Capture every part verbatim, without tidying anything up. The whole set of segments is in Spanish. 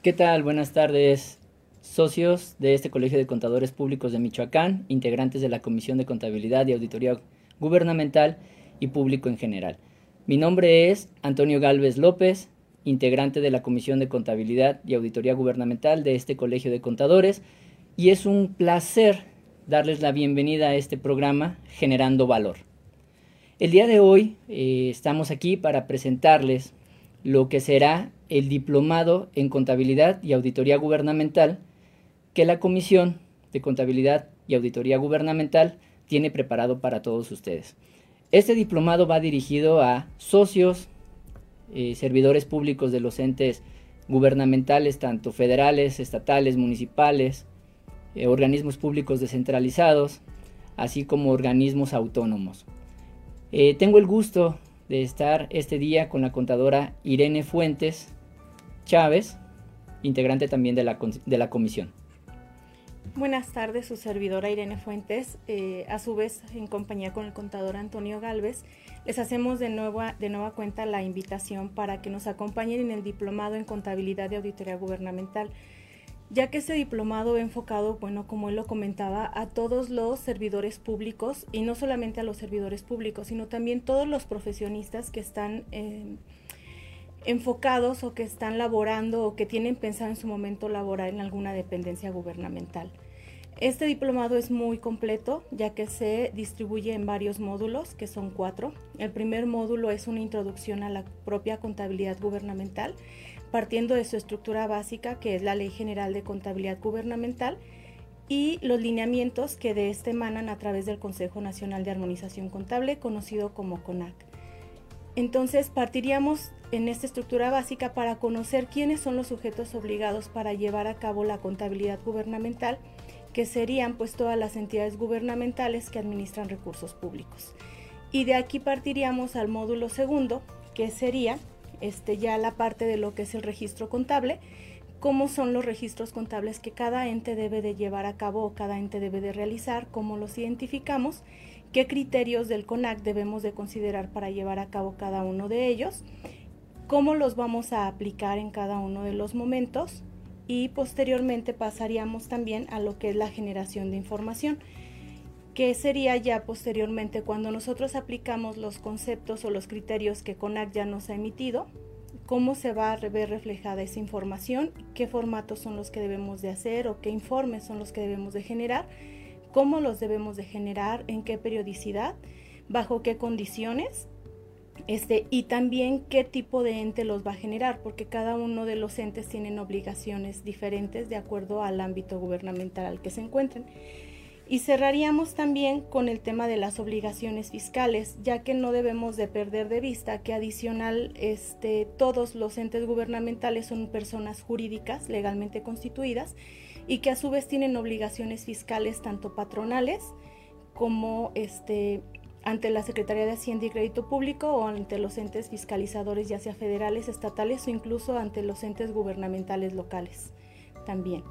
¿Qué tal? Buenas tardes, socios de este Colegio de Contadores Públicos de Michoacán, integrantes de la Comisión de Contabilidad y Auditoría Gubernamental y Público en general. Mi nombre es Antonio Gálvez López, integrante de la Comisión de Contabilidad y Auditoría Gubernamental de este Colegio de Contadores, y es un placer darles la bienvenida a este programa Generando Valor. El día de hoy eh, estamos aquí para presentarles lo que será el Diplomado en Contabilidad y Auditoría Gubernamental que la Comisión de Contabilidad y Auditoría Gubernamental tiene preparado para todos ustedes. Este diplomado va dirigido a socios, eh, servidores públicos de los entes gubernamentales, tanto federales, estatales, municipales, eh, organismos públicos descentralizados, así como organismos autónomos. Eh, tengo el gusto de estar este día con la contadora Irene Fuentes Chávez, integrante también de la, de la comisión. Buenas tardes, su servidora Irene Fuentes, eh, a su vez en compañía con el contador Antonio Gálvez, les hacemos de nueva, de nueva cuenta la invitación para que nos acompañen en el Diplomado en Contabilidad y Auditoría Gubernamental, ya que este diplomado va enfocado, bueno, como él lo comentaba, a todos los servidores públicos, y no solamente a los servidores públicos, sino también todos los profesionistas que están eh, enfocados o que están laborando o que tienen pensado en su momento laborar en alguna dependencia gubernamental. Este diplomado es muy completo, ya que se distribuye en varios módulos, que son cuatro. El primer módulo es una introducción a la propia contabilidad gubernamental, partiendo de su estructura básica, que es la Ley General de Contabilidad Gubernamental, y los lineamientos que de este emanan a través del Consejo Nacional de Armonización Contable, conocido como CONAC. Entonces, partiríamos en esta estructura básica para conocer quiénes son los sujetos obligados para llevar a cabo la contabilidad gubernamental, que serían pues todas las entidades gubernamentales que administran recursos públicos. Y de aquí partiríamos al módulo segundo, que sería Este, ya la parte de lo que es el registro contable, cómo son los registros contables que cada ente debe de llevar a cabo o cada ente debe de realizar, cómo los identificamos, qué criterios del CONAC debemos de considerar para llevar a cabo cada uno de ellos, cómo los vamos a aplicar en cada uno de los momentos, y posteriormente pasaríamos también a lo que es la generación de información, que sería ya posteriormente cuando nosotros aplicamos los conceptos o los criterios que CONAC ya nos ha emitido, cómo se va a ver reflejada esa información, qué formatos son los que debemos de hacer o qué informes son los que debemos de generar, cómo los debemos de generar, en qué periodicidad, bajo qué condiciones, este, y también qué tipo de ente los va a generar, porque cada uno de los entes tienen obligaciones diferentes de acuerdo al ámbito gubernamental al que se encuentren. Y cerraríamos también con el tema de las obligaciones fiscales, ya que no debemos de perder de vista que adicional este, todos los entes gubernamentales son personas jurídicas legalmente constituidas y que a su vez tienen obligaciones fiscales tanto patronales como este, ante la Secretaría de Hacienda y Crédito Público o ante los entes fiscalizadores, ya sea federales, estatales o incluso ante los entes gubernamentales locales también.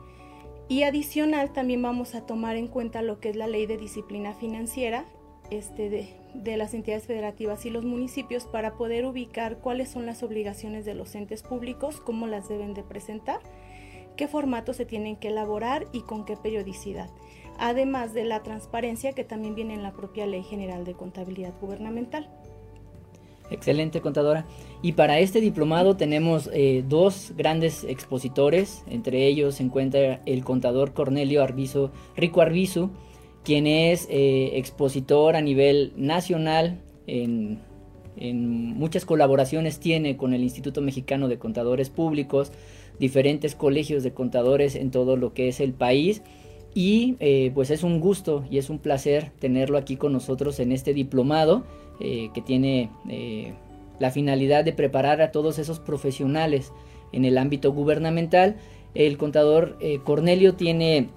Y adicional también vamos a tomar en cuenta lo que es la Ley de Disciplina Financiera este, de, de las entidades federativas y los municipios para poder ubicar cuáles son las obligaciones de los entes públicos, cómo las deben de presentar, qué formatos se tienen que elaborar y con qué periodicidad. Además de la transparencia que también viene en la propia Ley General de Contabilidad Gubernamental. Excelente, contadora. Y para este diplomado tenemos eh, dos grandes expositores, entre ellos se encuentra el contador Cornelio Arbizu, Rico Arbizu, quien es eh, expositor a nivel nacional, en, en muchas colaboraciones tiene con el Instituto Mexicano de Contadores Públicos, diferentes colegios de contadores en todo lo que es el país, y eh, pues es un gusto y es un placer tenerlo aquí con nosotros en este diplomado, Eh, que tiene eh, la finalidad de preparar a todos esos profesionales en el ámbito gubernamental. El contador eh, Cornelio tiene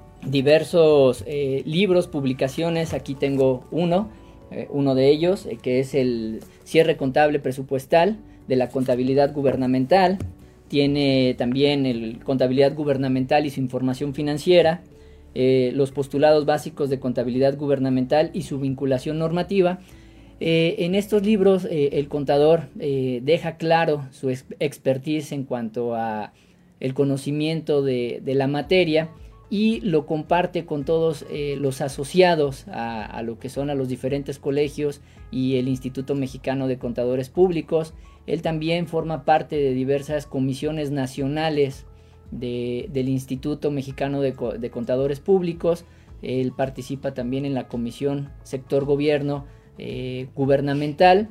diversos eh, libros, publicaciones. Aquí tengo uno, eh, uno de ellos, eh, que es el cierre contable presupuestal de la contabilidad gubernamental. Tiene también el contabilidad gubernamental y su información financiera, eh, los postulados básicos de contabilidad gubernamental y su vinculación normativa. Eh, en estos libros eh, el contador eh, deja claro su expertise en cuanto a el conocimiento de, de la materia y lo comparte con todos eh, los asociados a, a lo que son a los diferentes colegios y el Instituto Mexicano de Contadores Públicos. Él también forma parte de diversas comisiones nacionales de, del Instituto Mexicano de, de Contadores Públicos. Él participa también en la Comisión Sector Gobierno eh, Gubernamental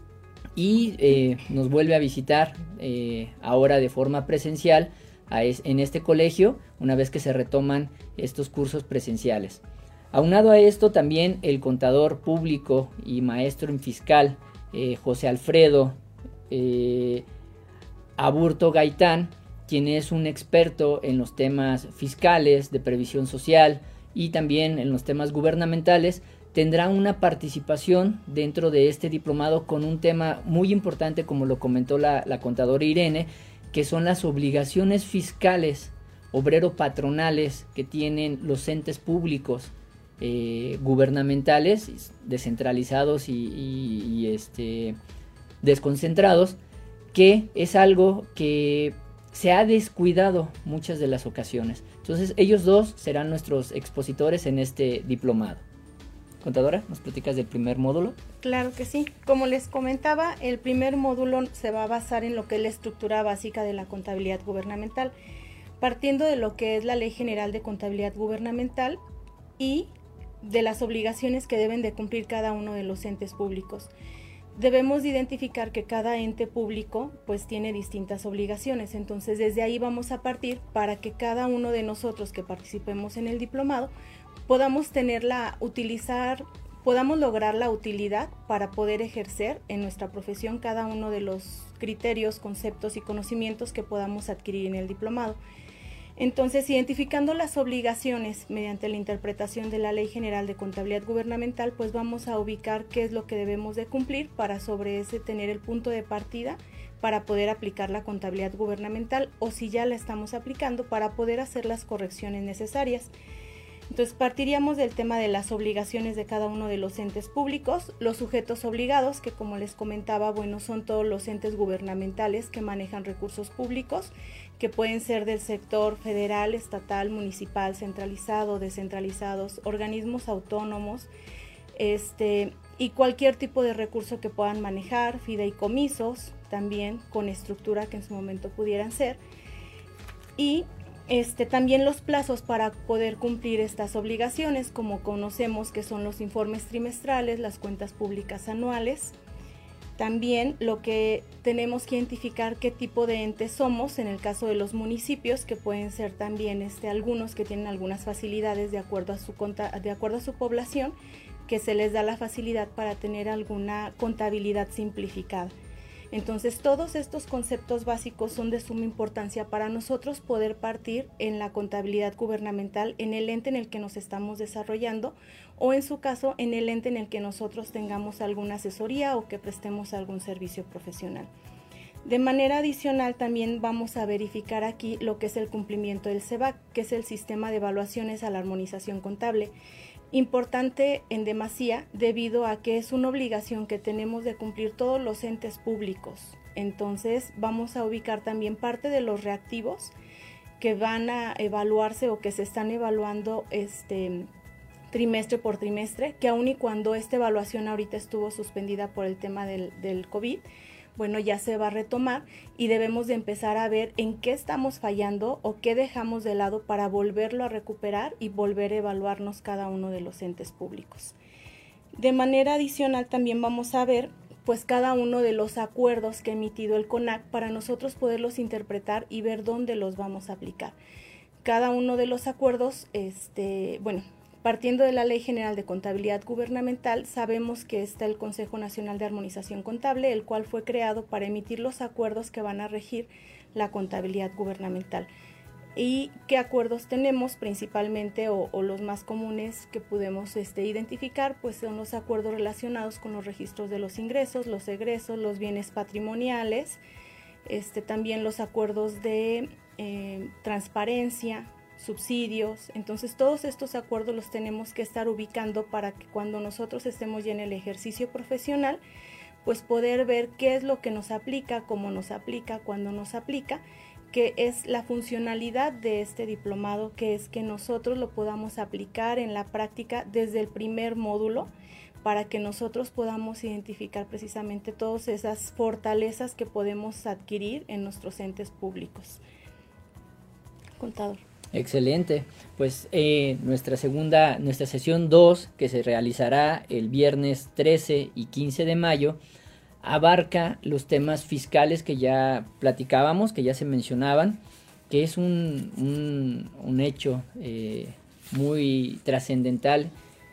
y eh, nos vuelve a visitar eh, ahora de forma presencial a es, en este colegio una vez que se retoman estos cursos presenciales. Aunado a esto, también el contador público y maestro en fiscal eh, José Alfredo eh, Aburto Gaitán, quien es un experto en los temas fiscales, de previsión social y también en los temas gubernamentales, tendrá una participación dentro de este diplomado con un tema muy importante, como lo comentó la, la contadora Irene, que son las obligaciones fiscales obrero-patronales que tienen los entes públicos eh, gubernamentales, descentralizados y, y, y este, desconcentrados, que es algo que se ha descuidado muchas de las ocasiones. Entonces ellos dos serán nuestros expositores en este diplomado. Contadora, ¿nos platicas del primer módulo? Claro que sí. Como les comentaba, el primer módulo se va a basar en lo que es la estructura básica de la contabilidad gubernamental, partiendo de lo que es la Ley General de Contabilidad Gubernamental y de las obligaciones que deben de cumplir cada uno de los entes públicos. Debemos de identificar que cada ente público pues tiene distintas obligaciones, entonces desde ahí vamos a partir para que cada uno de nosotros que participemos en el diplomado podamos tenerla, utilizar, podamos lograr la utilidad para poder ejercer en nuestra profesión cada uno de los criterios, conceptos y conocimientos que podamos adquirir en el diplomado. Entonces, identificando las obligaciones mediante la interpretación de la Ley General de Contabilidad Gubernamental, pues vamos a ubicar qué es lo que debemos de cumplir para sobre ese tener el punto de partida para poder aplicar la contabilidad gubernamental, o si ya la estamos aplicando, para poder hacer las correcciones necesarias. Entonces partiríamos del tema de las obligaciones de cada uno de los entes públicos, los sujetos obligados, que como les comentaba, bueno, son todos los entes gubernamentales que manejan recursos públicos, que pueden ser del sector federal, estatal, municipal, centralizado, descentralizados, organismos autónomos, este, y cualquier tipo de recurso que puedan manejar, fideicomisos también con estructura que en su momento pudieran ser, y Este, también los plazos para poder cumplir estas obligaciones, como conocemos que son los informes trimestrales, las cuentas públicas anuales. También lo que tenemos que identificar qué tipo de entes somos en el caso de los municipios, que pueden ser también este, algunos que tienen algunas facilidades de acuerdo a su, de acuerdo a su población, que se les da la facilidad para tener alguna contabilidad simplificada. Entonces, todos estos conceptos básicos son de suma importancia para nosotros poder partir en la contabilidad gubernamental en el ente en el que nos estamos desarrollando, o en su caso, en el ente en el que nosotros tengamos alguna asesoría o que prestemos algún servicio profesional. De manera adicional, también vamos a verificar aquí lo que es el cumplimiento del C E B A C, que es el Sistema de Evaluaciones a la Armonización Contable. Importante en demasía debido a que es una obligación que tenemos de cumplir todos los entes públicos. Entonces vamos a ubicar también parte de los reactivos que van a evaluarse o que se están evaluando este trimestre por trimestre, que aun y cuando esta evaluación ahorita estuvo suspendida por el tema del, del COVID, bueno, ya se va a retomar y debemos de empezar a ver en qué estamos fallando o qué dejamos de lado para volverlo a recuperar y volver a evaluarnos cada uno de los entes públicos. De manera adicional también vamos a ver pues cada uno de los acuerdos que ha emitido el CONAC para nosotros poderlos interpretar y ver dónde los vamos a aplicar. Cada uno de los acuerdos, este, bueno, partiendo de la Ley General de Contabilidad Gubernamental, sabemos que está el Consejo Nacional de Armonización Contable, el cual fue creado para emitir los acuerdos que van a regir la contabilidad gubernamental. ¿Y qué acuerdos tenemos principalmente o, o los más comunes que podemos este, identificar? Pues son los acuerdos relacionados con los registros de los ingresos, los egresos, los bienes patrimoniales, este, también los acuerdos de eh, transparencia, subsidios. Entonces todos estos acuerdos los tenemos que estar ubicando para que cuando nosotros estemos ya en el ejercicio profesional, pues poder ver qué es lo que nos aplica, cómo nos aplica, cuándo nos aplica, que es la funcionalidad de este diplomado, que es que nosotros lo podamos aplicar en la práctica desde el primer módulo, para que nosotros podamos identificar precisamente todas esas fortalezas que podemos adquirir en nuestros entes públicos. Contador. Excelente. Pues eh, nuestra segunda, nuestra sesión dos, que se realizará el viernes trece y quince de mayo, abarca los temas fiscales que ya platicábamos, que ya se mencionaban, que es un, un, un hecho eh, muy trascendental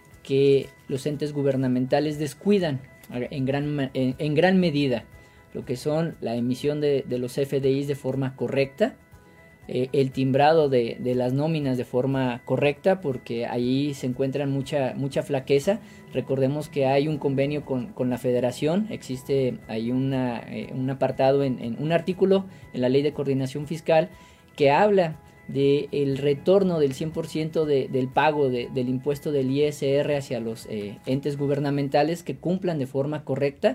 que los entes gubernamentales descuidan en gran, en, en gran medida, lo que son la emisión de, de los F D Is de forma correcta, eh, el timbrado de, de las nóminas de forma correcta, porque ahí se encuentra mucha, mucha flaqueza. Recordemos que hay un convenio con, con la Federación, existe ahí una, eh, un apartado, en, en un artículo en la Ley de Coordinación Fiscal que habla del retorno del cien por ciento de, del pago de, del impuesto del I S R hacia los eh, entes gubernamentales que cumplan de forma correcta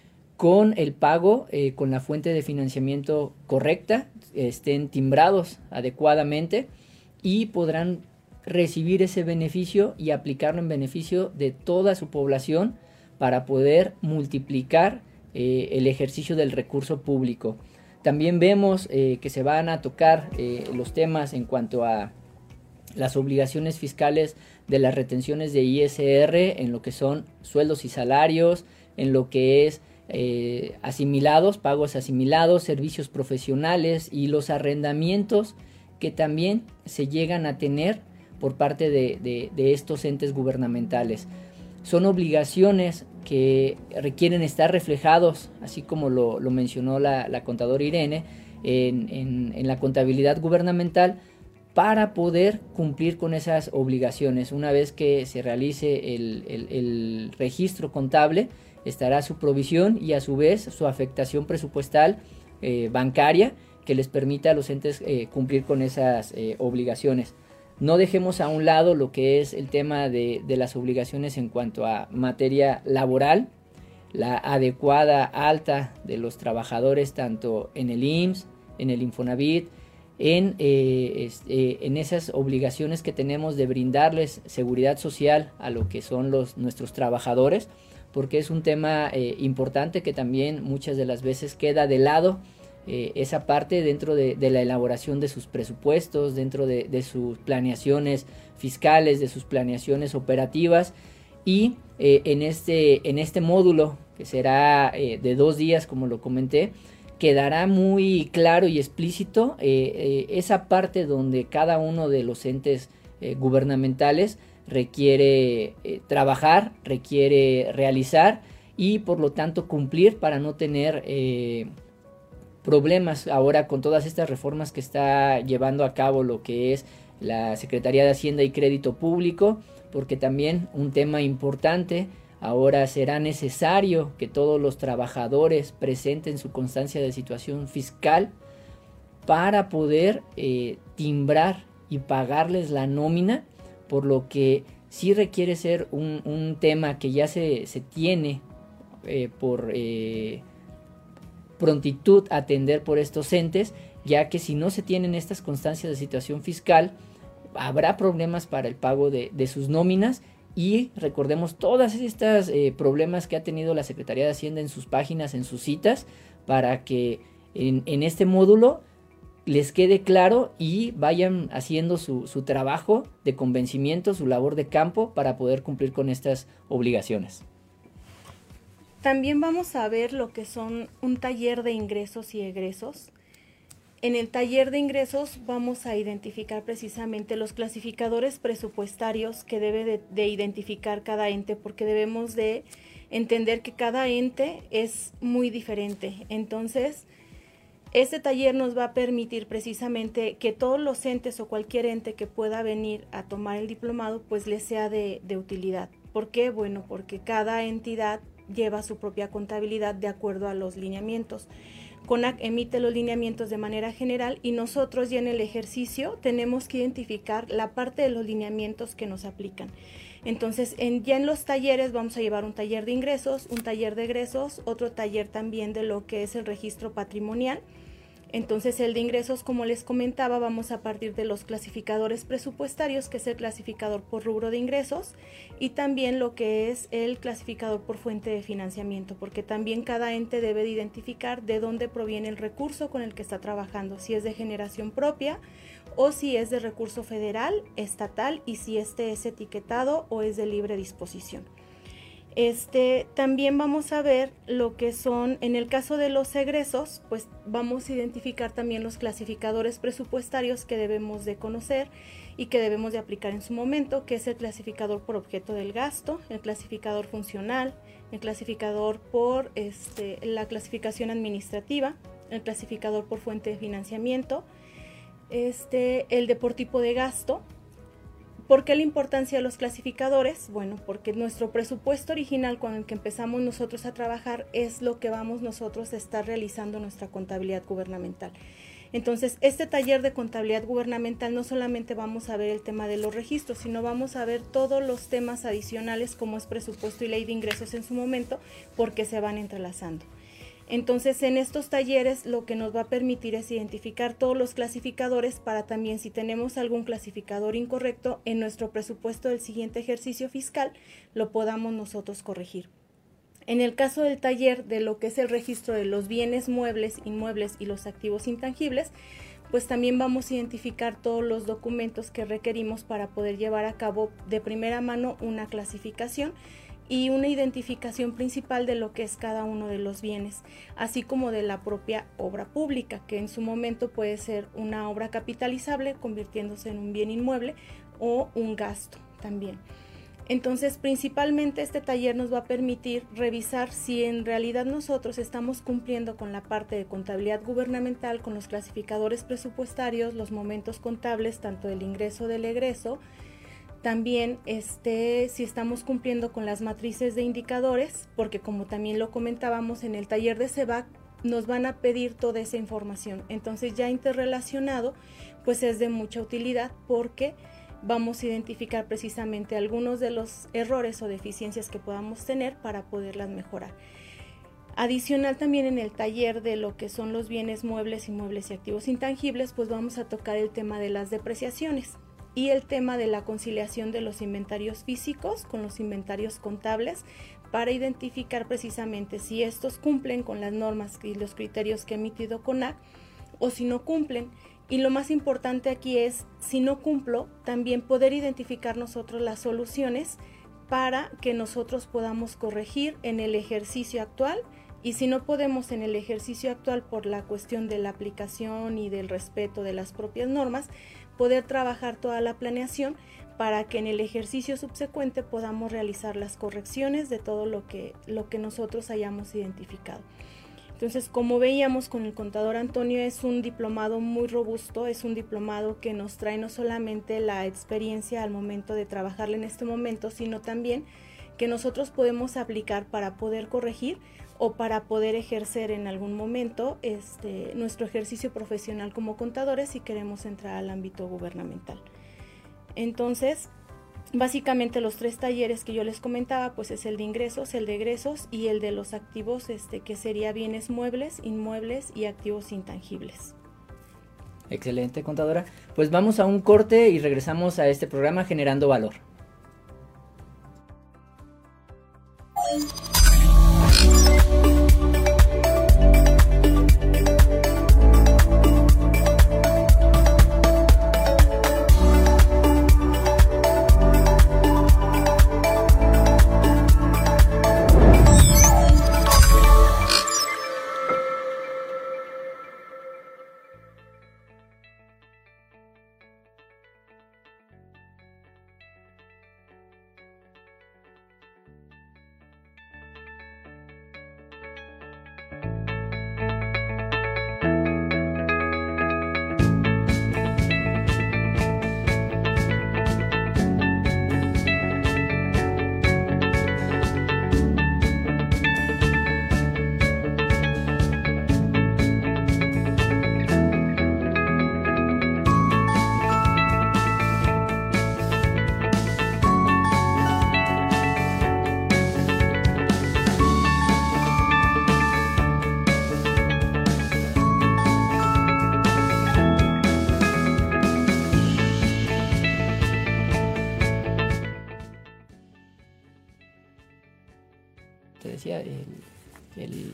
con el pago, eh, con la fuente de financiamiento correcta, estén timbrados adecuadamente y podrán recibir ese beneficio y aplicarlo en beneficio de toda su población para poder multiplicar eh, el ejercicio del recurso público. También vemos eh, que se van a tocar eh, los temas en cuanto a las obligaciones fiscales de las retenciones de I S R en lo que son sueldos y salarios, en lo que es eh, asimilados, pagos asimilados, servicios profesionales y los arrendamientos que también se llegan a tener por parte de, de, de estos entes gubernamentales. Son obligaciones que requieren estar reflejados, así como lo, lo mencionó la, la contadora Irene, en, en, en la contabilidad gubernamental para poder cumplir con esas obligaciones. Una vez que se realice el, el, el registro contable, estará su provisión y a su vez su afectación presupuestal eh, bancaria que les permita a los entes eh, cumplir con esas eh, obligaciones. No dejemos a un lado lo que es el tema de, de las obligaciones en cuanto a materia laboral, la adecuada alta de los trabajadores tanto en el I M S S, en el Infonavit, en, eh, este, en esas obligaciones que tenemos de brindarles seguridad social a lo que son los, nuestros trabajadores, porque es un tema eh, importante que también muchas de las veces queda de lado. Eh, esa parte dentro de, de la elaboración de sus presupuestos, dentro de, de sus planeaciones fiscales, de sus planeaciones operativas y eh, en, este, en este módulo que será eh, de dos días como lo comenté, quedará muy claro y explícito eh, eh, esa parte donde cada uno de los entes eh, gubernamentales requiere eh, trabajar, requiere realizar y por lo tanto cumplir para no tener eh, problemas ahora con todas estas reformas que está llevando a cabo lo que es la Secretaría de Hacienda y Crédito Público, porque también un tema importante, ahora será necesario que todos los trabajadores presenten su constancia de situación fiscal para poder eh, timbrar y pagarles la nómina, por lo que sí requiere ser un, un tema que ya se, se tiene eh, por... Eh, prontitud a atender por estos entes, ya que si no se tienen estas constancias de situación fiscal, habrá problemas para el pago de, de sus nóminas y recordemos todas estas eh, problemas que ha tenido la Secretaría de Hacienda en sus páginas, en sus citas, para que en, en este módulo les quede claro y vayan haciendo su, su trabajo de convencimiento, su labor de campo para poder cumplir con estas obligaciones. También vamos a ver lo que son un taller de ingresos y egresos. En el taller de ingresos vamos a identificar precisamente los clasificadores presupuestarios que debe de, de identificar cada ente, porque debemos de entender que cada ente es muy diferente. Entonces, este taller nos va a permitir precisamente que todos los entes o cualquier ente que pueda venir a tomar el diplomado, pues les sea de, de utilidad. ¿Por qué? Bueno, porque cada entidad lleva su propia contabilidad de acuerdo a los lineamientos. CONAC emite los lineamientos de manera general y nosotros ya en el ejercicio tenemos que identificar la parte de los lineamientos que nos aplican. Entonces, en, ya en los talleres vamos a llevar un taller de ingresos, un taller de egresos, otro taller también de lo que es el registro patrimonial Entonces el de ingresos, como les comentaba, vamos a partir de los clasificadores presupuestarios, que es el clasificador por rubro de ingresos, y también lo que es el clasificador por fuente de financiamiento, porque también cada ente debe de identificar de dónde proviene el recurso con el que está trabajando, si es de generación propia o si es de recurso federal, estatal, y si este es etiquetado o es de libre disposición. Este, también vamos a ver lo que son, en el caso de los egresos, pues vamos a identificar también los clasificadores presupuestarios que debemos de conocer y que debemos de aplicar en su momento, que es el clasificador por objeto del gasto, el clasificador funcional, el clasificador por este, la clasificación administrativa, el clasificador por fuente de financiamiento, este, el de por tipo de gasto. ¿Por qué la importancia de los clasificadores? Bueno, porque nuestro presupuesto original con el que empezamos nosotros a trabajar es lo que vamos nosotros a estar realizando nuestra contabilidad gubernamental. Entonces, este taller de contabilidad gubernamental no solamente vamos a ver el tema de los registros, sino vamos a ver todos los temas adicionales como es presupuesto y ley de ingresos en su momento, porque se van entrelazando. Entonces, en estos talleres lo que nos va a permitir es identificar todos los clasificadores para también, si tenemos algún clasificador incorrecto en nuestro presupuesto del siguiente ejercicio fiscal, lo podamos nosotros corregir. En el caso del taller de lo que es el registro de los bienes muebles, inmuebles y los activos intangibles, pues también vamos a identificar todos los documentos que requerimos para poder llevar a cabo de primera mano una clasificación y una identificación principal de lo que es cada uno de los bienes, así como de la propia obra pública, que en su momento puede ser una obra capitalizable convirtiéndose en un bien inmueble o un gasto también. Entonces, principalmente este taller nos va a permitir revisar si en realidad nosotros estamos cumpliendo con la parte de contabilidad gubernamental, con los clasificadores presupuestarios, los momentos contables, tanto del ingreso del egreso. También este, si estamos cumpliendo con las matrices de indicadores, porque como también lo comentábamos en el taller de SEBAC, nos van a pedir toda esa información. Entonces ya interrelacionado, pues es de mucha utilidad porque vamos a identificar precisamente algunos de los errores o deficiencias que podamos tener para poderlas mejorar. Adicional también en el taller de lo que son los bienes muebles, inmuebles y activos intangibles, pues vamos a tocar el tema de las depreciaciones y el tema de la conciliación de los inventarios físicos con los inventarios contables para identificar precisamente si estos cumplen con las normas y los criterios que ha emitido CONAC o si no cumplen. Y lo más importante aquí es, si no cumplo, también poder identificar nosotros las soluciones para que nosotros podamos corregir en el ejercicio actual. Y si no podemos en el ejercicio actual por la cuestión de la aplicación y del respeto de las propias normas, poder trabajar toda la planeación para que en el ejercicio subsecuente podamos realizar las correcciones de todo lo que, lo que nosotros hayamos identificado. Entonces, como veíamos con el contador Antonio, es un diplomado muy robusto, es un diplomado que nos trae no solamente la experiencia al momento de trabajarle en este momento, sino también que nosotros podemos aplicar para poder corregir o para poder ejercer en algún momento este, nuestro ejercicio profesional como contadores si queremos entrar al ámbito gubernamental. Entonces, básicamente los tres talleres que yo les comentaba, pues es el de ingresos, el de egresos y el de los activos, este, que sería bienes muebles, inmuebles y activos intangibles. Excelente, contadora. Pues vamos a un corte y regresamos a este programa Generando Valor. te decía, el, el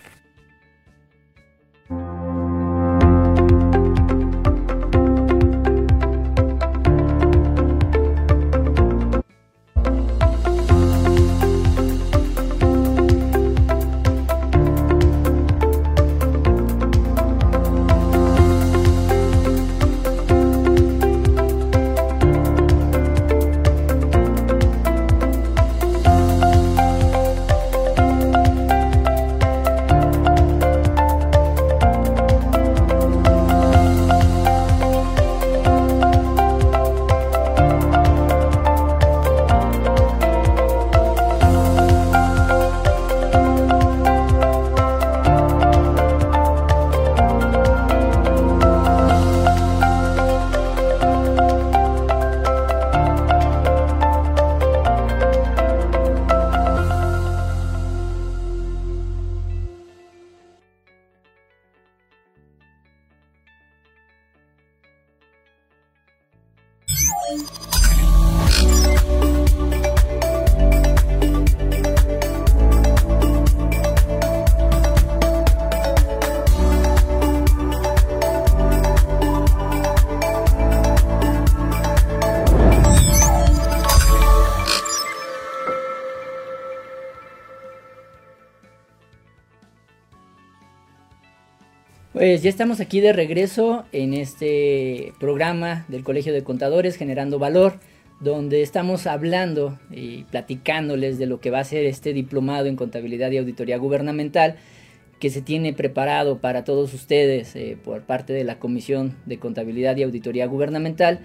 Pues ya estamos aquí de regreso en este programa del Colegio de Contadores Generando Valor, donde estamos hablando y platicándoles de lo que va a ser este diplomado en Contabilidad y Auditoría Gubernamental que se tiene preparado para todos ustedes eh, por parte de la Comisión de Contabilidad y Auditoría Gubernamental,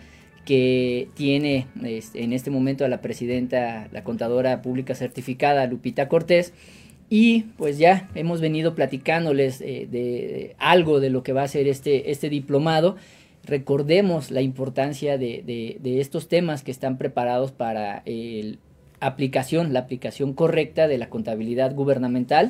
que tiene este, en este momento a la presidenta, la contadora pública certificada Lupita Cortés. Y pues ya hemos venido platicándoles eh, de, de algo de lo que va a ser este, este diplomado. Recordemos la importancia de, de, de estos temas que están preparados para el aplicación, la aplicación correcta de la contabilidad gubernamental.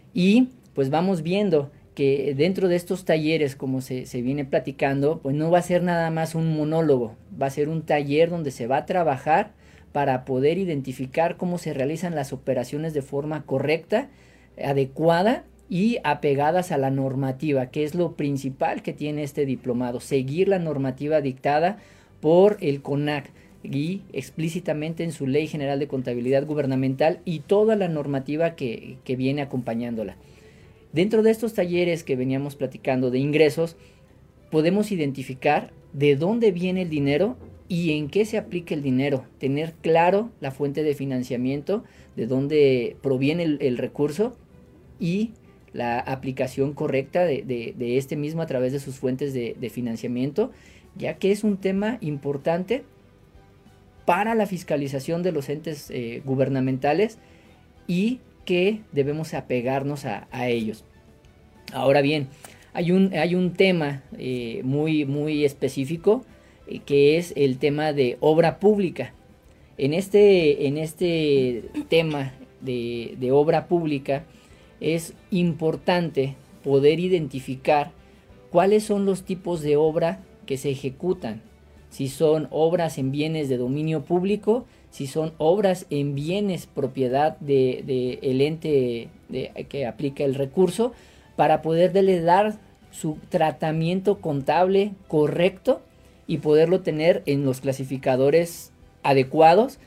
Y pues vamos viendo que dentro de estos talleres, como se, se viene platicando, pues no va a ser nada más un monólogo, va a ser un taller donde se va a trabajar para poder identificar cómo se realizan las operaciones de forma correcta, adecuada y apegadas a la normativa, que es lo principal que tiene este diplomado, seguir la normativa dictada por el CONAC y explícitamente en su Ley General de Contabilidad Gubernamental y toda la normativa que, que viene acompañándola. Dentro de estos talleres que veníamos platicando de ingresos, podemos identificar de dónde viene el dinero y en qué se aplica el dinero, tener claro la fuente de financiamiento, de dónde proviene el, el recurso y la aplicación correcta de, de, de este mismo a través de sus fuentes de, de financiamiento, ya que es un tema importante para la fiscalización de los entes eh, gubernamentales y que debemos apegarnos a, a ellos. Ahora bien, hay un, hay un tema eh, muy, muy específico que es el tema de obra pública. En este, en este tema de, de obra pública es importante poder identificar cuáles son los tipos de obra que se ejecutan, si son obras en bienes de dominio público, si son obras en bienes propiedad de, de el ente de, que aplica el recurso, para poderle dar su tratamiento contable correcto y poderlo tener en los clasificadores adecuados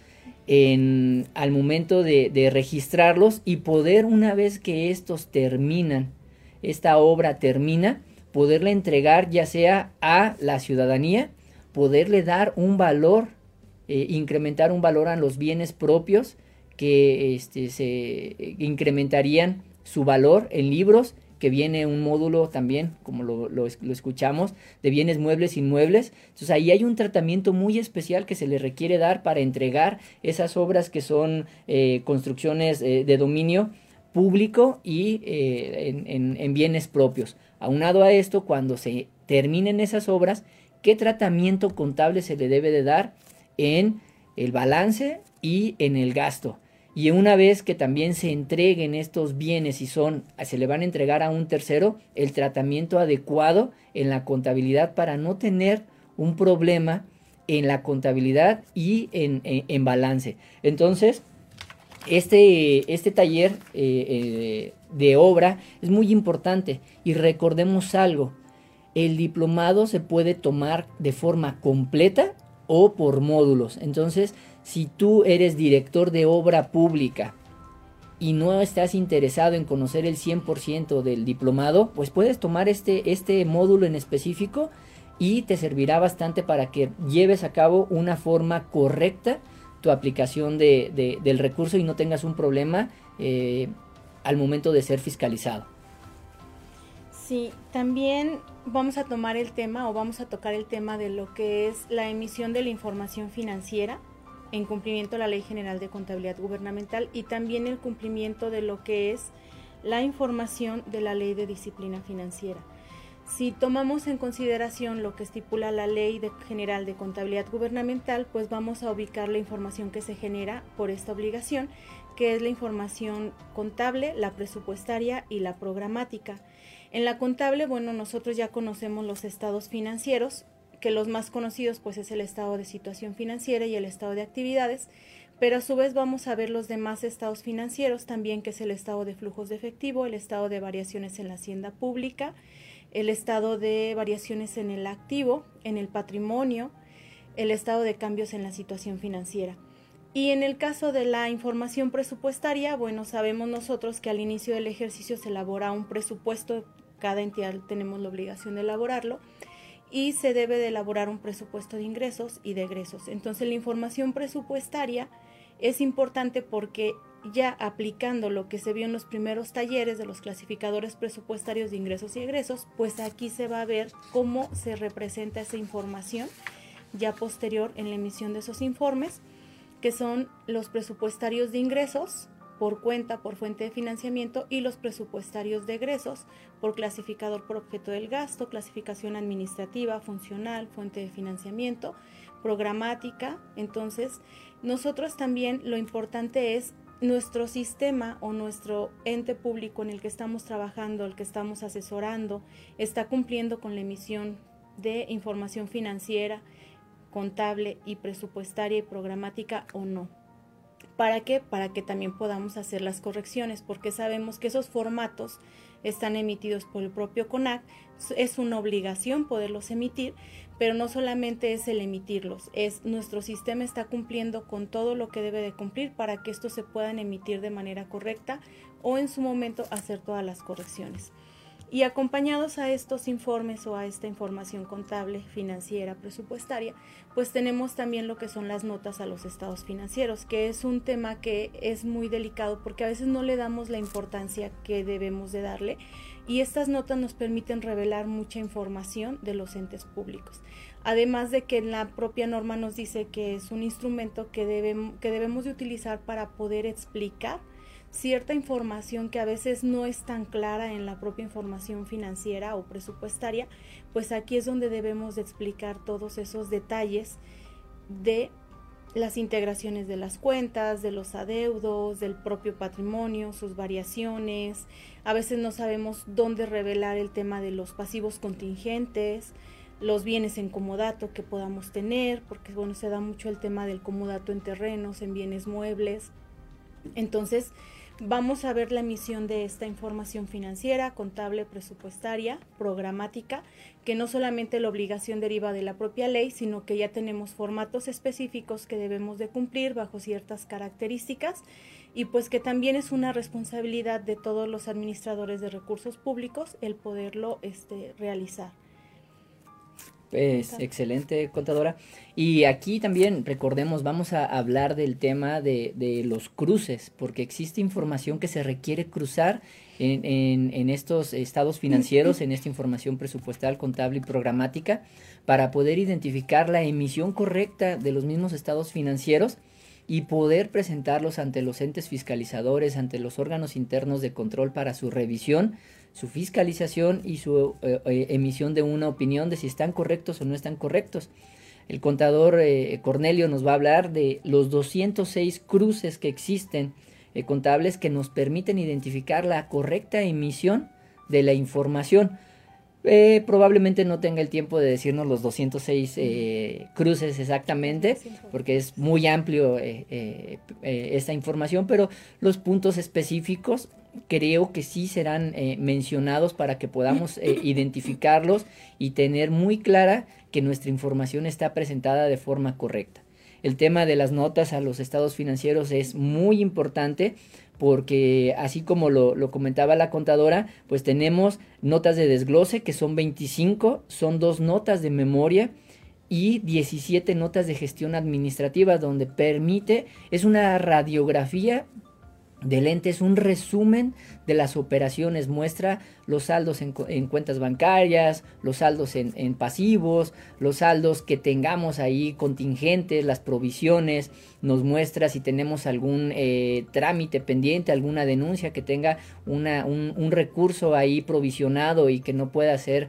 en, al momento de, de registrarlos y poder, una vez que estos terminan, esta obra termina, poderle entregar ya sea a la ciudadanía, poderle dar un valor, eh, incrementar un valor a los bienes propios que este, se incrementarían su valor en libros, que viene un módulo también, como lo, lo, lo escuchamos, de bienes muebles e inmuebles. Entonces ahí hay un tratamiento muy especial que se le requiere dar para entregar esas obras que son eh, construcciones eh, de dominio público y eh, en, en, en bienes propios. Aunado a esto, cuando se terminen esas obras, ¿qué tratamiento contable se le debe de dar en el balance y en el gasto? Y una vez que también se entreguen estos bienes y son, se le van a entregar a un tercero, el tratamiento adecuado en la contabilidad para no tener un problema en la contabilidad y en, en, en balance. Entonces, este, este taller eh, eh, de obra es muy importante y recordemos algo, el diplomado se puede tomar de forma completa o por módulos. Entonces, si tú eres director de obra pública y no estás interesado en conocer el cien por ciento del diplomado, pues puedes tomar este, este módulo en específico y te servirá bastante para que lleves a cabo una forma correcta tu aplicación de, de, del recurso y no tengas un problema eh, al momento de ser fiscalizado. Sí, también vamos a tomar el tema o vamos a tocar el tema de lo que es la emisión de la información financiera en cumplimiento a la Ley General de Contabilidad Gubernamental y también el cumplimiento de lo que es la información de la Ley de Disciplina Financiera. Si tomamos en consideración lo que estipula la Ley de General de Contabilidad Gubernamental, pues vamos a ubicar la información que se genera por esta obligación, que es la información contable, la presupuestaria y la programática. En la contable, bueno, nosotros ya conocemos los estados financieros, que los más conocidos pues es el estado de situación financiera y el estado de actividades, pero a su vez vamos a ver los demás estados financieros también, que es el estado de flujos de efectivo, el estado de variaciones en la hacienda pública, el estado de variaciones en el activo, en el patrimonio, el estado de cambios en la situación financiera. Y en el caso de la información presupuestaria, bueno, sabemos nosotros que al inicio del ejercicio se elabora un presupuesto, cada entidad tenemos la obligación de elaborarlo, y se debe de elaborar un presupuesto de ingresos y de egresos. Entonces la información presupuestaria es importante porque ya aplicando lo que se vio en los primeros talleres de los clasificadores presupuestarios de ingresos y egresos, pues aquí se va a ver cómo se representa esa información ya posterior en la emisión de esos informes, que son los presupuestarios de ingresos por cuenta, por fuente de financiamiento, y los presupuestarios de egresos por clasificador por objeto del gasto, clasificación administrativa, funcional, fuente de financiamiento, programática. Entonces, nosotros también lo importante es nuestro sistema o nuestro ente público en el que estamos trabajando, el que estamos asesorando, está cumpliendo con la emisión de información financiera, contable y presupuestaria y programática o no. ¿Para qué? Para que también podamos hacer las correcciones, porque sabemos que esos formatos están emitidos por el propio CONAC, es una obligación poderlos emitir, pero no solamente es el emitirlos, es nuestro sistema está cumpliendo con todo lo que debe de cumplir para que estos se puedan emitir de manera correcta o en su momento hacer todas las correcciones. Y acompañados a estos informes o a esta información contable, financiera, presupuestaria, pues tenemos también lo que son las notas a los estados financieros, que es un tema que es muy delicado porque a veces no le damos la importancia que debemos de darle, y estas notas nos permiten revelar mucha información de los entes públicos. Además de que la propia norma nos dice que es un instrumento que, debe, que debemos de utilizar para poder explicar cierta información que a veces no es tan clara en la propia información financiera o presupuestaria, pues aquí es donde debemos de explicar todos esos detalles de las integraciones de las cuentas, de los adeudos, del propio patrimonio, sus variaciones. A veces no sabemos dónde revelar el tema de los pasivos contingentes, los bienes en comodato que podamos tener, porque bueno, se da mucho el tema del comodato en terrenos, en bienes muebles. Entonces, vamos a ver la emisión de esta información financiera, contable, presupuestaria, programática, que no solamente la obligación deriva de la propia ley, sino que ya tenemos formatos específicos que debemos de cumplir bajo ciertas características, y pues que también es una responsabilidad de todos los administradores de recursos públicos el poderlo este, realizar. Pues excelente, contadora. Y aquí también, recordemos, vamos a hablar del tema de, de los cruces, porque existe información que se requiere cruzar en, en, en estos estados financieros, en esta información presupuestal, contable y programática, para poder identificar la emisión correcta de los mismos estados financieros y poder presentarlos ante los entes fiscalizadores, ante los órganos internos de control para su revisión, su fiscalización y su eh, eh, emisión de una opinión de si están correctos o no están correctos. El contador eh, Cornelio nos va a hablar de los doscientos seis cruces que existen eh, contables que nos permiten identificar la correcta emisión de la información. Eh, probablemente no tenga el tiempo de decirnos los doscientos seis eh, cruces exactamente, porque es muy amplio eh, eh, eh, esta información, pero los puntos específicos creo que sí serán eh, mencionados para que podamos eh, identificarlos y tener muy clara que nuestra información está presentada de forma correcta. El tema de las notas a los estados financieros es muy importante, porque así como lo, lo comentaba la contadora, pues tenemos notas de desglose que son veinticinco, son dos notas de memoria y diecisiete notas de gestión administrativa, donde permite, es una radiografía del ente, es un resumen de las operaciones, muestra los saldos en, en cuentas bancarias, los saldos en, en pasivos, los saldos que tengamos ahí contingentes, las provisiones, nos muestra si tenemos algún eh, trámite pendiente, alguna denuncia que tenga una, un, un recurso ahí provisionado y que no pueda ser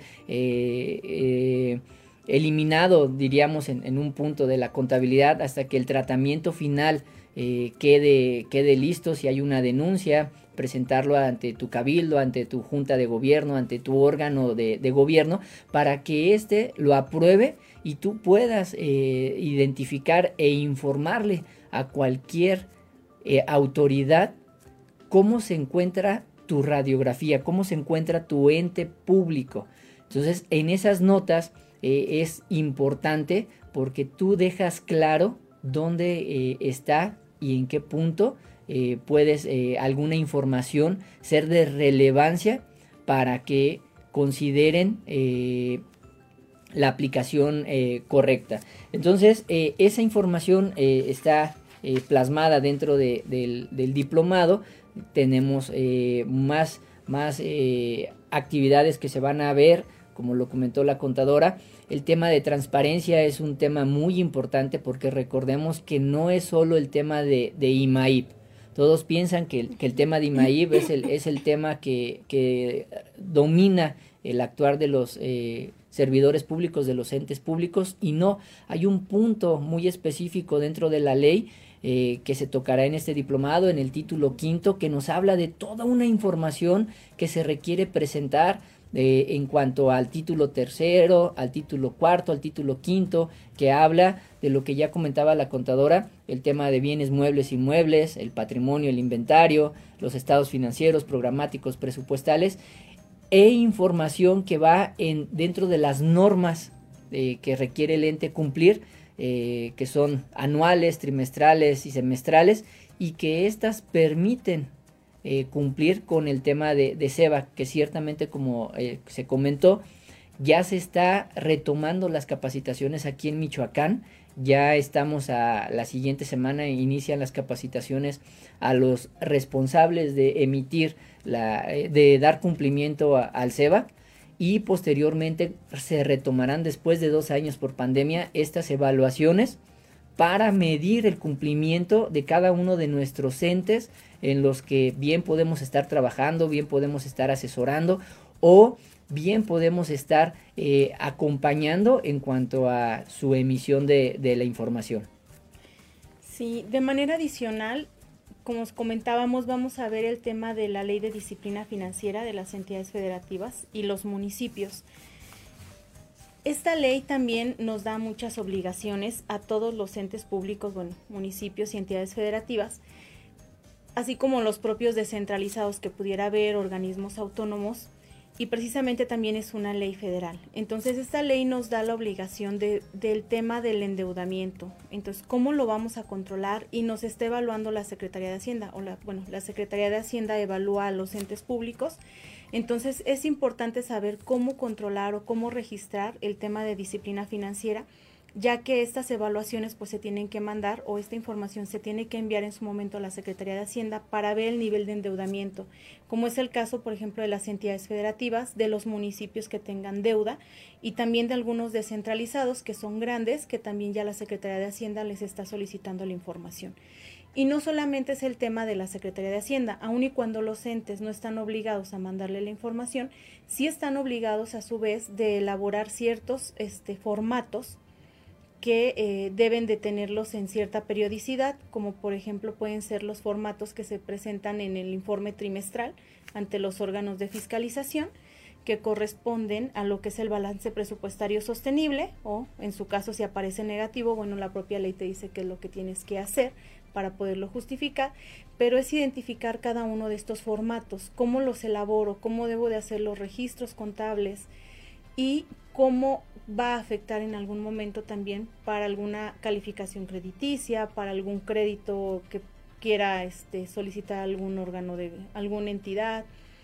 eh, eh, eliminado, diríamos, en, en un punto de la contabilidad hasta que el tratamiento final Eh, quede, quede listo. Si hay una denuncia, presentarlo ante tu cabildo, ante tu junta de gobierno, ante tu órgano de, de gobierno, para que éste lo apruebe y tú puedas eh, identificar e informarle a cualquier eh, autoridad cómo se encuentra tu radiografía, cómo se encuentra tu ente público. Entonces, en esas notas eh, es importante porque tú dejas claro dónde eh, está y en qué punto eh, puedes eh, alguna información ser de relevancia para que consideren eh, la aplicación eh, correcta. Entonces eh, esa información eh, está eh, plasmada dentro de, del, del diplomado. Tenemos eh, más, más eh, actividades que se van a ver, como lo comentó la contadora. El tema de transparencia es un tema muy importante, porque recordemos que no es solo el tema de, de I M A I P. Todos piensan que el, que el tema de I M A I P es el, es el tema que, que domina el actuar de los eh, servidores públicos, de los entes públicos, y no, hay un punto muy específico dentro de la ley eh, que se tocará en este diplomado, en el título quinto, que nos habla de toda una información que se requiere presentar Eh, en cuanto al título tercero, al título cuarto, al título quinto, que habla de lo que ya comentaba la contadora, el tema de bienes muebles, inmuebles, el patrimonio, el inventario, los estados financieros, programáticos, presupuestales, e información que va en, dentro de las normas eh, que requiere el ente cumplir, eh, que son anuales, trimestrales y semestrales, y que éstas permiten Eh, cumplir con el tema de, de SEBA, que ciertamente, como eh, se comentó, ya se está retomando las capacitaciones aquí en Michoacán. Ya estamos a la siguiente semana, inician las capacitaciones a los responsables de emitir, la, de dar cumplimiento a, al SEBA, y posteriormente se retomarán, después de dos años por pandemia, estas evaluaciones para medir el cumplimiento de cada uno de nuestros entes, en los que bien podemos estar trabajando, bien podemos estar asesorando, o bien podemos estar eh, acompañando en cuanto a su emisión de, de la información. Sí, de manera adicional, como os comentábamos, vamos a ver el tema de la Ley de Disciplina Financiera de las entidades federativas y los municipios. Esta ley también nos da muchas obligaciones a todos los entes públicos, bueno, municipios y entidades federativas, así como los propios descentralizados que pudiera haber, organismos autónomos, y precisamente también es una ley federal. Entonces esta ley nos da la obligación de, del tema del endeudamiento. Entonces, ¿cómo lo vamos a controlar? Y nos está evaluando la Secretaría de Hacienda, o la, bueno, la Secretaría de Hacienda evalúa a los entes públicos. Entonces es importante saber cómo controlar o cómo registrar el tema de disciplina financiera, ya que estas evaluaciones pues se tienen que mandar, o esta información se tiene que enviar en su momento a la Secretaría de Hacienda para ver el nivel de endeudamiento, como es el caso, por ejemplo, de las entidades federativas, de los municipios que tengan deuda, y también de algunos descentralizados que son grandes, que también ya la Secretaría de Hacienda les está solicitando la información. Y no solamente es el tema de la Secretaría de Hacienda, aun y cuando los entes no están obligados a mandarle la información, sí están obligados a su vez de elaborar ciertos este, formatos que eh, deben de tenerlos en cierta periodicidad, como por ejemplo pueden ser los formatos que se presentan en el informe trimestral ante los órganos de fiscalización, que corresponden a lo que es el balance presupuestario sostenible, o en su caso si aparece negativo, bueno, la propia ley te dice qué es lo que tienes que hacer para poderlo justificar, pero es identificar cada uno de estos formatos, cómo los elaboro, cómo debo de hacer los registros contables y cómo va a afectar en algún momento también para alguna calificación crediticia, para algún crédito que quiera este, solicitar algún órgano de alguna entidad,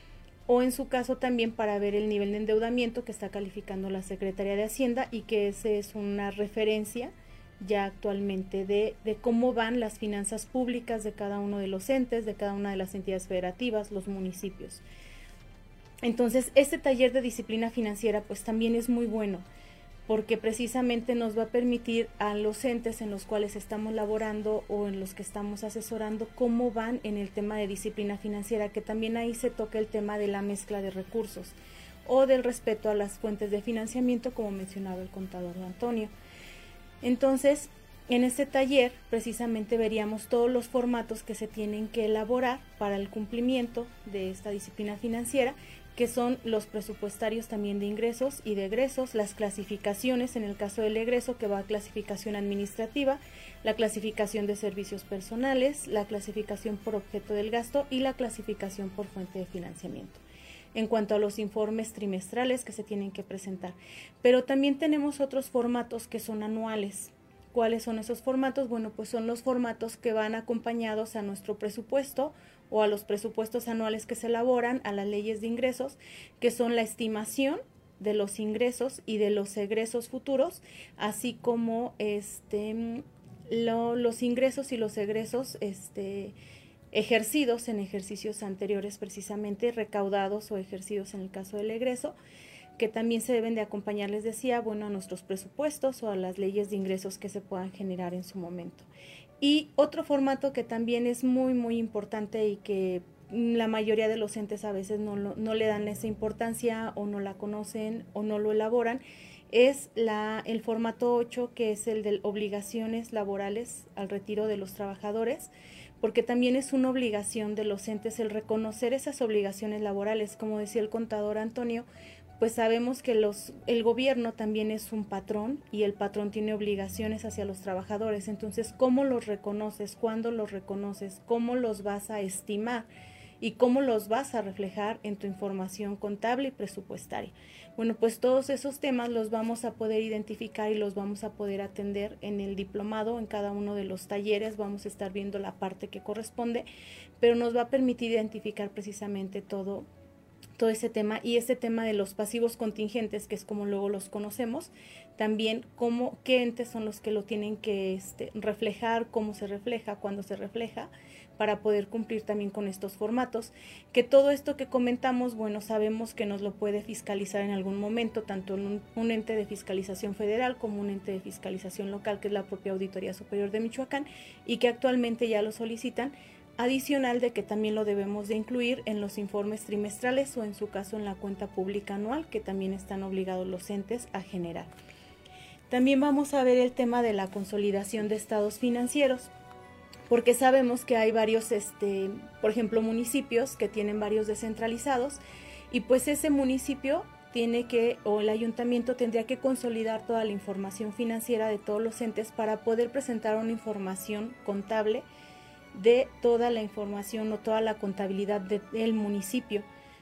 o en su caso también para ver el nivel de endeudamiento que está calificando la Secretaría de Hacienda, y que ese es una referencia ya actualmente de, de cómo van las finanzas públicas de cada uno de los entes, de cada una de las entidades federativas, los municipios. Entonces, este taller de disciplina financiera pues también es muy bueno, porque precisamente nos va a permitir a los entes en los cuales estamos laborando o en los que estamos asesorando cómo van en el tema de disciplina financiera, que también ahí se toca el tema de la mezcla de recursos o del respeto a las fuentes de financiamiento, como mencionaba el contador Antonio. Entonces, en este taller precisamente veríamos todos los formatos que se tienen que elaborar para el cumplimiento de esta disciplina financiera, que son los presupuestarios también de ingresos y de egresos, las clasificaciones, en el caso del egreso que va a clasificación administrativa, la clasificación de servicios personales, la clasificación por objeto del gasto y la clasificación por fuente de financiamiento. En cuanto a los informes trimestrales que se tienen que presentar. Pero también tenemos otros formatos que son anuales. ¿Cuáles son esos formatos? Bueno, pues son los formatos que van acompañados a nuestro presupuesto o a los presupuestos anuales que se elaboran, a las leyes de ingresos, que son la estimación de los ingresos y de los egresos futuros, así como este lo, los ingresos y los egresos este ejercidos en ejercicios anteriores, precisamente recaudados o ejercidos en el caso del egreso, que también se deben de acompañar, les decía, bueno, a nuestros presupuestos o a las leyes de ingresos que se puedan generar en su momento. Y otro formato que también es muy, muy importante y que la mayoría de los entes a veces no, lo, no le dan esa importancia o no la conocen o no lo elaboran, es la, el formato ocho, que es el de obligaciones laborales al retiro de los trabajadores, porque también es una obligación de los entes el reconocer esas obligaciones laborales. Como decía el contador Antonio, pues sabemos que los, el gobierno también es un patrón y el patrón tiene obligaciones hacia los trabajadores. Entonces, ¿cómo los reconoces? ¿Cuándo los reconoces? ¿Cómo los vas a estimar? ¿Y cómo los vas a reflejar en tu información contable y presupuestaria? Bueno, pues todos esos temas los vamos a poder identificar y los vamos a poder atender en el diplomado, en cada uno de los talleres. Vamos a estar viendo la parte que corresponde, pero nos va a permitir identificar precisamente todo todo ese tema, y ese tema de los pasivos contingentes, que es como luego los conocemos, también cómo, qué entes son los que lo tienen que este, reflejar, cómo se refleja, cuándo se refleja, para poder cumplir también con estos formatos, que todo esto que comentamos, bueno, sabemos que nos lo puede fiscalizar en algún momento, tanto en un, un ente de fiscalización federal como un ente de fiscalización local, que es la propia Auditoría Superior de Michoacán, y que actualmente ya lo solicitan, adicional de que también lo debemos de incluir en los informes trimestrales o en su caso en la cuenta pública anual, que también están obligados los entes a generar. También vamos a ver el tema de la consolidación de estados financieros, porque sabemos que hay varios, este, por ejemplo, municipios que tienen varios descentralizados, y pues ese municipio tiene que, o el ayuntamiento tendría que consolidar toda la información financiera de todos los entes para poder presentar una información contable de toda la información o toda la contabilidad de, del municipio.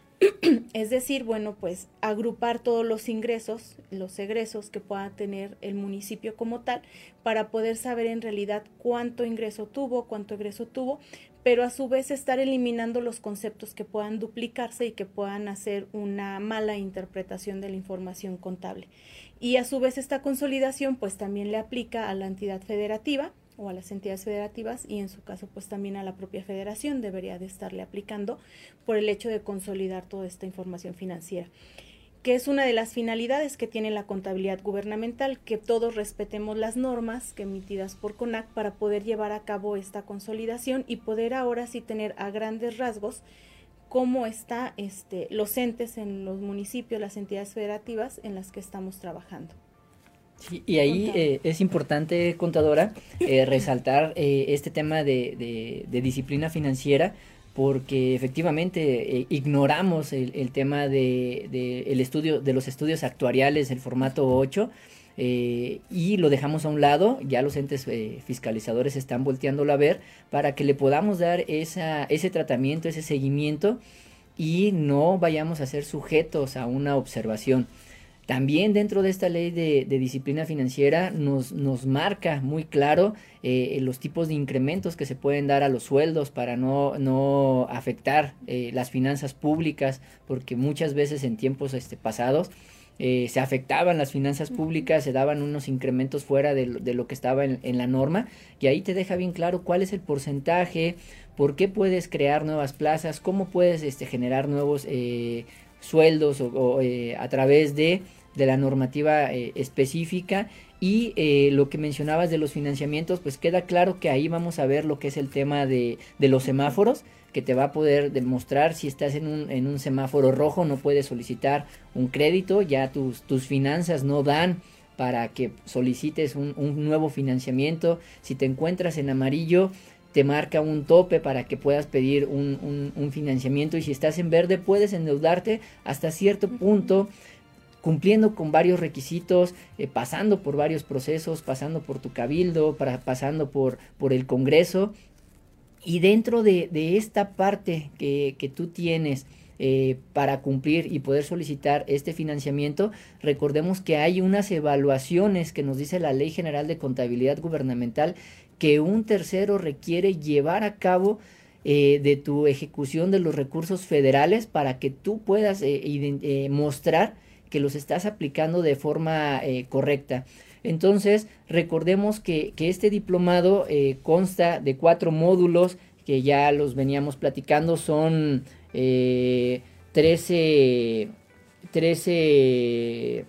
Es decir, bueno, pues agrupar todos los ingresos, los egresos que pueda tener el municipio como tal, para poder saber en realidad cuánto ingreso tuvo, cuánto egreso tuvo, pero a su vez estar eliminando los conceptos que puedan duplicarse y que puedan hacer una mala interpretación de la información contable. Y a su vez esta consolidación pues también le aplica a la entidad federativa o a las entidades federativas, y en su caso pues también a la propia federación debería de estarle aplicando por el hecho de consolidar toda esta información financiera, que es una de las finalidades que tiene la contabilidad gubernamental, que todos respetemos las normas que emitidas por CONAC para poder llevar a cabo esta consolidación y poder ahora sí tener a grandes rasgos cómo está este, los entes en los municipios, las entidades federativas en las que estamos trabajando. Sí, y ahí eh, es importante, contadora, eh, resaltar eh, este tema de, de, de disciplina financiera, porque efectivamente eh, ignoramos el, el tema de, de, el estudio, de los estudios actuariales, el formato ocho, eh, y lo dejamos a un lado. Ya los entes eh, fiscalizadores están volteándolo a ver para que le podamos dar esa, ese tratamiento, ese seguimiento, y no vayamos a ser sujetos a una observación. También dentro de esta ley de, de disciplina financiera nos, nos marca muy claro eh, los tipos de incrementos que se pueden dar a los sueldos para no, no afectar eh, las finanzas públicas, porque muchas veces en tiempos este, pasados eh, se afectaban las finanzas públicas, se daban unos incrementos fuera de, de lo que estaba en, en la norma, y ahí te deja bien claro cuál es el porcentaje, por qué puedes crear nuevas plazas, cómo puedes este, generar nuevos eh, sueldos o, o eh, a través de, de la normativa eh, específica. Y eh, lo que mencionabas de los financiamientos, pues queda claro que ahí vamos a ver lo que es el tema de, de los semáforos, que te va a poder demostrar si estás en un, en un semáforo rojo, no puedes solicitar un crédito, ya tus, tus finanzas no dan para que solicites un, un nuevo financiamiento. Si te encuentras en amarillo, te marca un tope para que puedas pedir un, un, un financiamiento, y si estás en verde puedes endeudarte hasta cierto punto, cumpliendo con varios requisitos, eh, pasando por varios procesos, pasando por tu cabildo, para, pasando por, por el Congreso. Y dentro de, de esta parte que, que tú tienes eh, para cumplir y poder solicitar este financiamiento, recordemos que hay unas evaluaciones que nos dice la Ley General de Contabilidad Gubernamental, que un tercero requiere llevar a cabo eh, de tu ejecución de los recursos federales para que tú puedas eh, eh, mostrar que los estás aplicando de forma eh, correcta. Entonces, recordemos que, que este diplomado eh, consta de cuatro módulos que ya los veníamos platicando. Son eh, trece, trece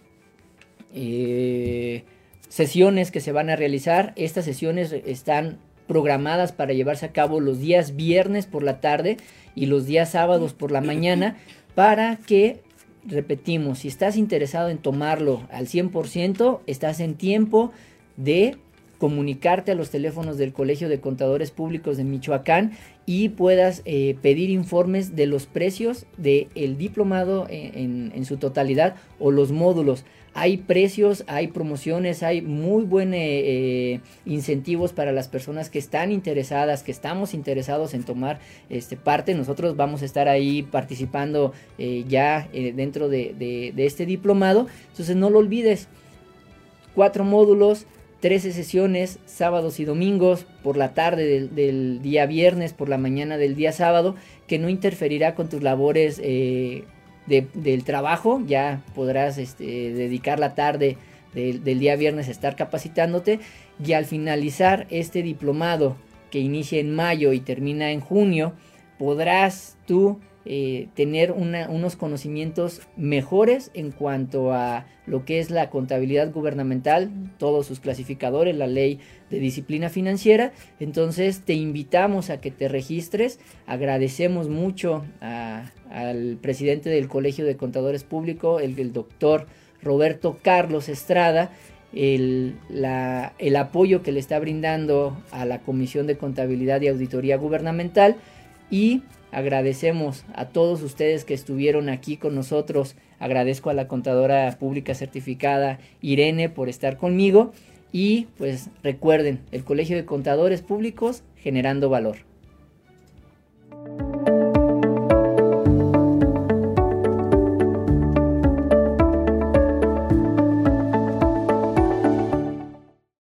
eh, sesiones que se van a realizar. Estas sesiones están programadas para llevarse a cabo los días viernes por la tarde y los días sábados por la mañana, para que, repetimos, si estás interesado en tomarlo al cien por ciento, estás en tiempo de comunicarte a los teléfonos del Colegio de Contadores Públicos de Michoacán y puedas eh, pedir informes de los precios del diplomado en, en, en su totalidad, o los módulos. Hay precios, hay promociones, hay muy buenos eh, incentivos para las personas que están interesadas, que estamos interesados en tomar este, parte. Nosotros vamos a estar ahí participando eh, ya eh, dentro de, de, de este diplomado. Entonces no lo olvides, cuatro módulos, trece sesiones, sábados y domingos, por la tarde del, del día viernes, por la mañana del día sábado, que no interferirá con tus labores eh, de, del trabajo. Ya podrás este, dedicar la tarde de, del día viernes a estar capacitándote, y al finalizar este diplomado, que inicia en mayo y termina en junio, podrás tú Eh, tener una, unos conocimientos mejores en cuanto a lo que es la contabilidad gubernamental, todos sus clasificadores, la ley de disciplina financiera. Entonces te invitamos a que te registres. Agradecemos mucho a, al presidente del Colegio de Contadores Públicos, el, el doctor Roberto Carlos Estrada, el, la, el apoyo que le está brindando a la Comisión de Contabilidad y Auditoría Gubernamental, y agradecemos a todos ustedes que estuvieron aquí con nosotros. Agradezco a la contadora pública certificada Irene por estar conmigo, y pues recuerden, el Colegio de Contadores Públicos, generando valor.